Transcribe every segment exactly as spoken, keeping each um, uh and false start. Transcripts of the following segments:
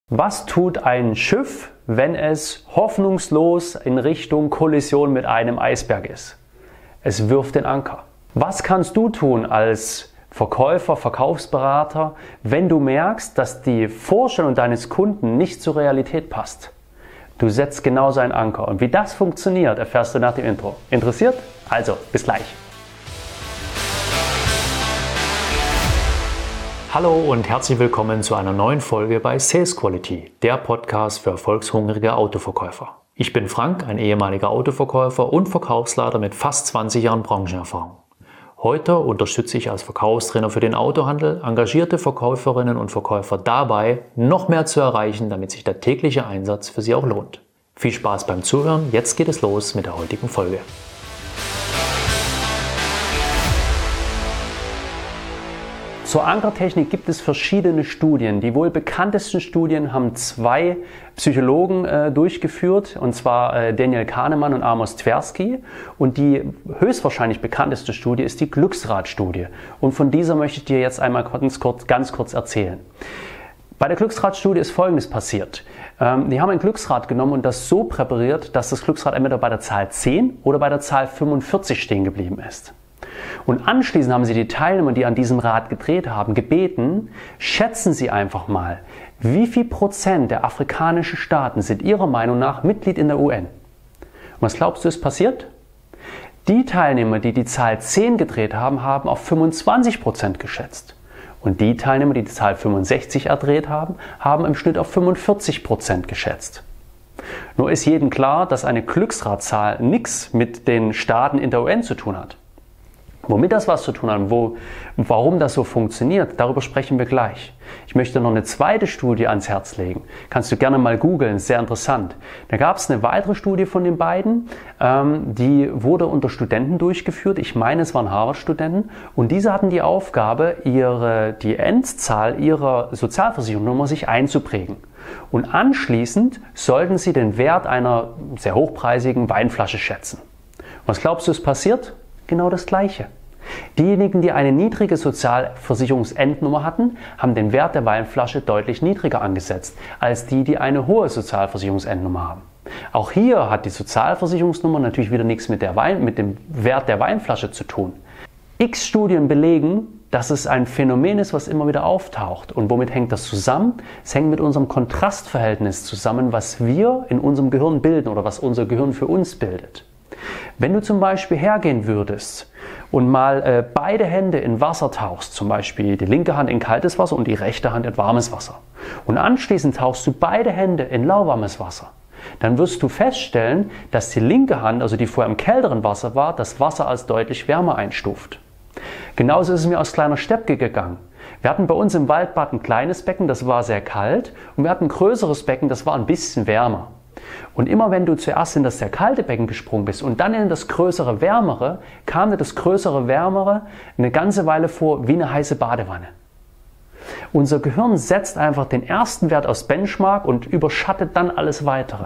Was tut ein Schiff, wenn es hoffnungslos in Richtung Kollision mit einem Eisberg ist? Es wirft den Anker. Was kannst du tun als Verkäufer, Verkaufsberater, wenn du merkst, dass die Vorstellung deines Kunden nicht zur Realität passt? Du setzt genauso einen Anker. Und wie das funktioniert, erfährst du nach dem Intro. Interessiert? Also, bis gleich. Hallo und herzlich willkommen zu einer neuen Folge bei Sales Quality, der Podcast für erfolgshungrige Autoverkäufer. Ich bin Frank, ein ehemaliger Autoverkäufer und Verkaufsleiter mit fast zwanzig Jahren Branchenerfahrung. Heute unterstütze ich als Verkaufstrainer für den Autohandel engagierte Verkäuferinnen und Verkäufer dabei, noch mehr zu erreichen, damit sich der tägliche Einsatz für sie auch lohnt. Viel Spaß beim Zuhören, jetzt geht es los mit der heutigen Folge. Zur Ankertechnik gibt es verschiedene Studien. Die wohl bekanntesten Studien haben zwei Psychologen äh, durchgeführt, und zwar äh, Daniel Kahneman und Amos Tversky. Und die höchstwahrscheinlich bekannteste Studie ist die Glücksrad-Studie. Und von dieser möchte ich dir jetzt einmal ganz kurz, ganz kurz erzählen. Bei der Glücksrad-Studie ist Folgendes passiert. Ähm, die haben ein Glücksrad genommen und das so präpariert, dass das Glücksrad entweder bei der Zahl zehn oder bei der Zahl fünfundvierzig stehen geblieben ist. Und anschließend haben sie die Teilnehmer, die an diesem Rad gedreht haben, gebeten, schätzen Sie einfach mal, wie viel Prozent der afrikanischen Staaten sind Ihrer Meinung nach Mitglied in der U N? Und was glaubst du, ist passiert? Die Teilnehmer, die die Zahl zehn gedreht haben, haben auf fünfundzwanzig Prozent geschätzt. Und die Teilnehmer, die die Zahl fünfundsechzig erdreht haben, haben im Schnitt auf fünfundvierzig Prozent geschätzt. Nur ist jedem klar, dass eine Glücksradzahl nichts mit den Staaten in der U N zu tun hat. Womit das was zu tun hat und wo, warum das so funktioniert, darüber sprechen wir gleich. Ich möchte noch eine zweite Studie ans Herz legen. Kannst du gerne mal googeln, sehr interessant. Da gab es eine weitere Studie von den beiden, ähm, die wurde unter Studenten durchgeführt. Ich meine, es waren Harvard-Studenten. Und diese hatten die Aufgabe, ihre, die Endzahl ihrer Sozialversicherungsnummer sich einzuprägen. Und anschließend sollten sie den Wert einer sehr hochpreisigen Weinflasche schätzen. Und was glaubst du, ist passiert? Genau das Gleiche. Diejenigen, die eine niedrige Sozialversicherungsendnummer hatten, haben den Wert der Weinflasche deutlich niedriger angesetzt, als die, die eine hohe Sozialversicherungsendnummer haben. Auch hier hat die Sozialversicherungsnummer natürlich wieder nichts mit, der Wein, mit dem Wert der Weinflasche zu tun. X Studien belegen, dass es ein Phänomen ist, was immer wieder auftaucht. Und womit hängt das zusammen? Es hängt mit unserem Kontrastverhältnis zusammen, was wir in unserem Gehirn bilden oder was unser Gehirn für uns bildet. Wenn du zum Beispiel hergehen würdest und mal äh, beide Hände in Wasser tauchst, zum Beispiel die linke Hand in kaltes Wasser und die rechte Hand in warmes Wasser, und anschließend tauchst du beide Hände in lauwarmes Wasser, dann wirst du feststellen, dass die linke Hand, also die vorher im kälteren Wasser war, das Wasser als deutlich wärmer einstuft. Genauso ist es mir aus Kleiner Steppke gegangen. Wir hatten bei uns im Waldbad ein kleines Becken, das war sehr kalt, und wir hatten ein größeres Becken, das war ein bisschen wärmer. Und immer wenn du zuerst in das sehr kalte Becken gesprungen bist und dann in das größere, wärmere, kam dir das größere, wärmere eine ganze Weile vor wie eine heiße Badewanne. Unser Gehirn setzt einfach den ersten Wert aus Benchmark und überschattet dann alles Weitere.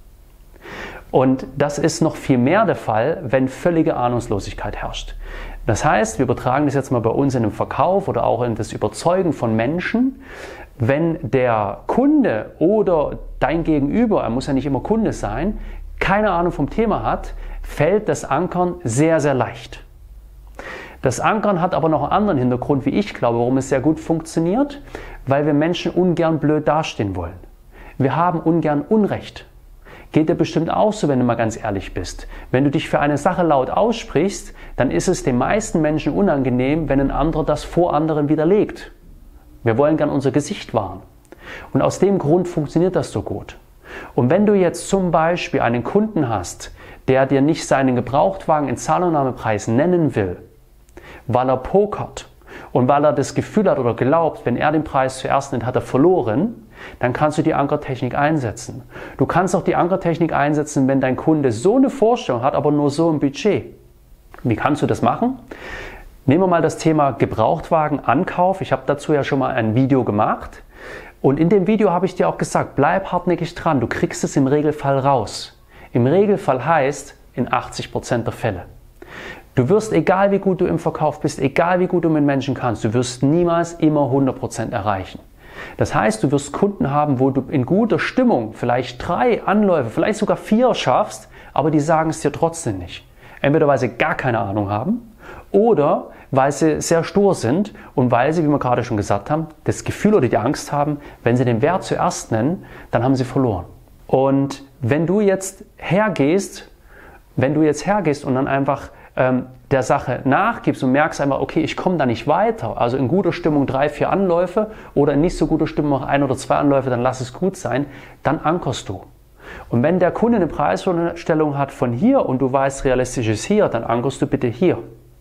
Und das ist noch viel mehr der Fall, wenn völlige Ahnungslosigkeit herrscht. Das heißt, wir übertragen das jetzt mal bei uns in dem Verkauf oder auch in das Überzeugen von Menschen. Wenn der Kunde oder dein Gegenüber, er muss ja nicht immer Kunde sein, keine Ahnung vom Thema hat, fällt das Ankern sehr, sehr leicht. Das Ankern hat aber noch einen anderen Hintergrund, wie ich glaube, warum es sehr gut funktioniert, weil wir Menschen ungern blöd dastehen wollen. Wir haben ungern Unrecht. Geht dir bestimmt auch so, wenn du mal ganz ehrlich bist. Wenn du dich für eine Sache laut aussprichst, dann ist es den meisten Menschen unangenehm, wenn ein anderer das vor anderen widerlegt. Wir wollen gern unser Gesicht wahren. Und aus dem Grund funktioniert das so gut. Und wenn du jetzt zum Beispiel einen Kunden hast, der dir nicht seinen Gebrauchtwagen in Zahlungnahmepreis nennen will, weil er pokert und weil er das Gefühl hat oder glaubt, wenn er den Preis zuerst nennt, hat er verloren, dann kannst du die Ankertechnik einsetzen. Du kannst auch die Ankertechnik einsetzen, wenn dein Kunde so eine Vorstellung hat, aber nur so ein Budget. Wie kannst du das machen? Nehmen wir mal das Thema Gebrauchtwagen-Ankauf. Ich habe dazu ja schon mal ein Video gemacht. Und in dem Video habe ich dir auch gesagt, bleib hartnäckig dran, du kriegst es im Regelfall raus. Im Regelfall heißt in achtzig Prozent der Fälle. Du wirst, egal wie gut du im Verkauf bist, egal wie gut du mit Menschen kannst, du wirst niemals immer hundert Prozent erreichen. Das heißt, du wirst Kunden haben, wo du in guter Stimmung vielleicht drei Anläufe, vielleicht sogar vier schaffst, aber die sagen es dir trotzdem nicht. Entweder weil sie gar keine Ahnung haben oder weil sie sehr stur sind und weil sie, wie wir gerade schon gesagt haben, das Gefühl oder die Angst haben, wenn sie den Wert zuerst nennen, dann haben sie verloren. Und wenn du jetzt hergehst, wenn du jetzt hergehst und dann einfach ähm, der Sache nachgibst und merkst einfach, okay, ich komme da nicht weiter, also in guter Stimmung drei, vier Anläufe oder in nicht so guter Stimmung noch ein oder zwei Anläufe, dann lass es gut sein, dann ankerst du. Und wenn der Kunde eine Preisvorstellung hat von hier und du weißt, realistisch ist hier, dann ankerst du bitte hier.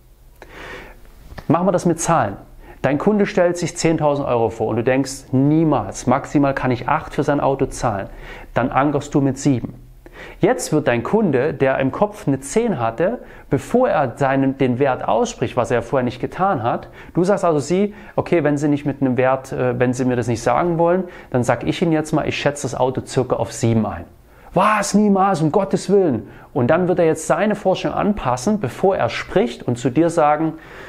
Machen wir das mit Zahlen. Dein Kunde stellt sich zehntausend Euro vor und du denkst, niemals, maximal kann ich acht für sein Auto zahlen. Dann ankerst du mit sieben. Jetzt wird dein Kunde, der im Kopf eine zehn hatte, bevor er seinen, den Wert ausspricht, was er vorher nicht getan hat, du sagst also sie, okay, wenn Sie nicht mit einem Wert, äh, wenn Sie mir das nicht sagen wollen, dann sage ich Ihnen jetzt mal, ich schätze das Auto circa auf sieben ein. Was? Niemals, um Gottes Willen. Und dann wird er jetzt seine Vorstellung anpassen, bevor er spricht und zu dir sagen,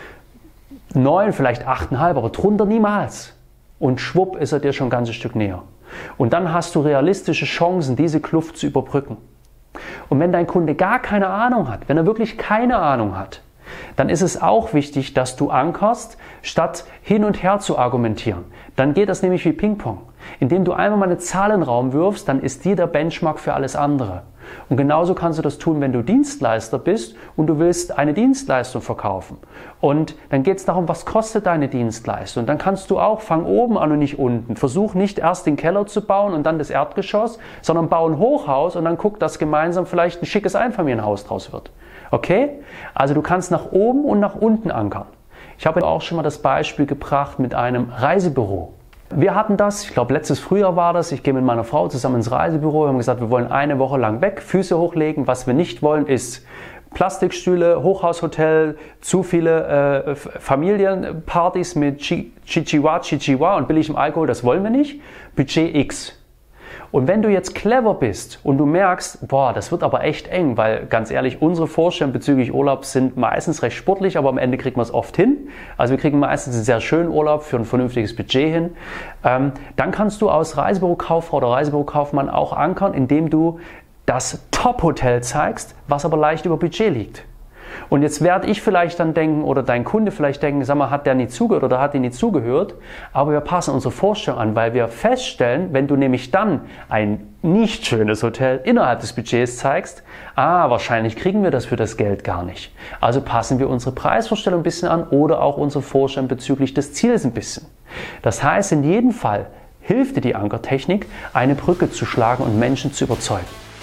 neun, vielleicht acht Komma fünf, aber drunter niemals. Und schwupp ist er dir schon ein ganzes Stück näher. Und dann hast du realistische Chancen, diese Kluft zu überbrücken. Und wenn dein Kunde gar keine Ahnung hat, wenn er wirklich keine Ahnung hat, dann ist es auch wichtig, dass du ankerst, statt hin und her zu argumentieren. Dann geht das nämlich wie Ping-Pong. Indem du einfach mal eine Zahl in den Raum wirfst, dann ist die der Benchmark für alles andere. Und genauso kannst du das tun, wenn du Dienstleister bist und du willst eine Dienstleistung verkaufen. Und dann geht es darum, was kostet deine Dienstleistung. Und dann kannst du auch, fang oben an und nicht unten. Versuch nicht erst den Keller zu bauen und dann das Erdgeschoss, sondern bau ein Hochhaus und dann guck, dass gemeinsam vielleicht ein schickes Einfamilienhaus draus wird. Okay? Also du kannst nach oben und nach unten ankern. Ich habe auch schon mal das Beispiel gebracht mit einem Reisebüro. Wir hatten das, ich glaube letztes Frühjahr war das, ich gehe mit meiner Frau zusammen ins Reisebüro, wir haben gesagt, wir wollen eine Woche lang weg, Füße hochlegen. Was wir nicht wollen ist Plastikstühle, Hochhaushotel, zu viele äh, Familienpartys mit Chichiwa, Chichiwa und billigem Alkohol, das wollen wir nicht. Budget X. Und wenn du jetzt clever bist und du merkst, boah, das wird aber echt eng, weil ganz ehrlich, unsere Vorstellungen bezüglich Urlaub sind meistens recht sportlich, aber am Ende kriegen wir es oft hin. Also wir kriegen meistens einen sehr schönen Urlaub für ein vernünftiges Budget hin. Ähm, dann kannst du aus Reisebürokauffrau oder Reisebürokaufmann auch ankern, indem du das Top-Hotel zeigst, was aber leicht über Budget liegt. Und jetzt werde ich vielleicht dann denken oder dein Kunde vielleicht denken, sag mal, hat der nie zugehört oder hat die nie zugehört? Aber wir passen unsere Vorstellung an, weil wir feststellen, wenn du nämlich dann ein nicht schönes Hotel innerhalb des Budgets zeigst, ah, wahrscheinlich kriegen wir das für das Geld gar nicht. Also passen wir unsere Preisvorstellung ein bisschen an oder auch unsere Vorstellung bezüglich des Ziels ein bisschen. Das heißt, in jedem Fall hilft dir die Ankertechnik, eine Brücke zu schlagen und Menschen zu überzeugen.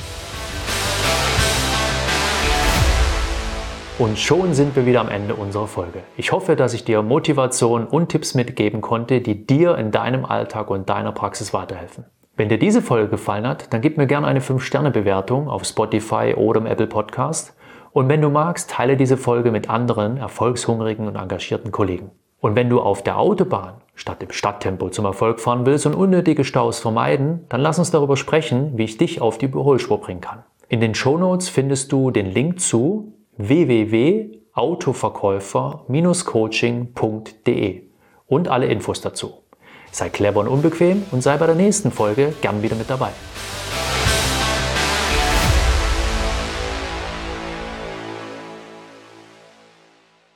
Und schon sind wir wieder am Ende unserer Folge. Ich hoffe, dass ich dir Motivation und Tipps mitgeben konnte, die dir in deinem Alltag und deiner Praxis weiterhelfen. Wenn dir diese Folge gefallen hat, dann gib mir gerne eine fünf Sterne Bewertung auf Spotify oder im Apple Podcast. Und wenn du magst, teile diese Folge mit anderen erfolgshungrigen und engagierten Kollegen. Und wenn du auf der Autobahn statt im Stadttempo zum Erfolg fahren willst und unnötige Staus vermeiden, dann lass uns darüber sprechen, wie ich dich auf die Überholspur bringen kann. In den Shownotes findest du den Link zu w w w punkt autoverkäufer Bindestrich coaching punkt de und alle Infos dazu. Sei clever und unbequem und sei bei der nächsten Folge gern wieder mit dabei.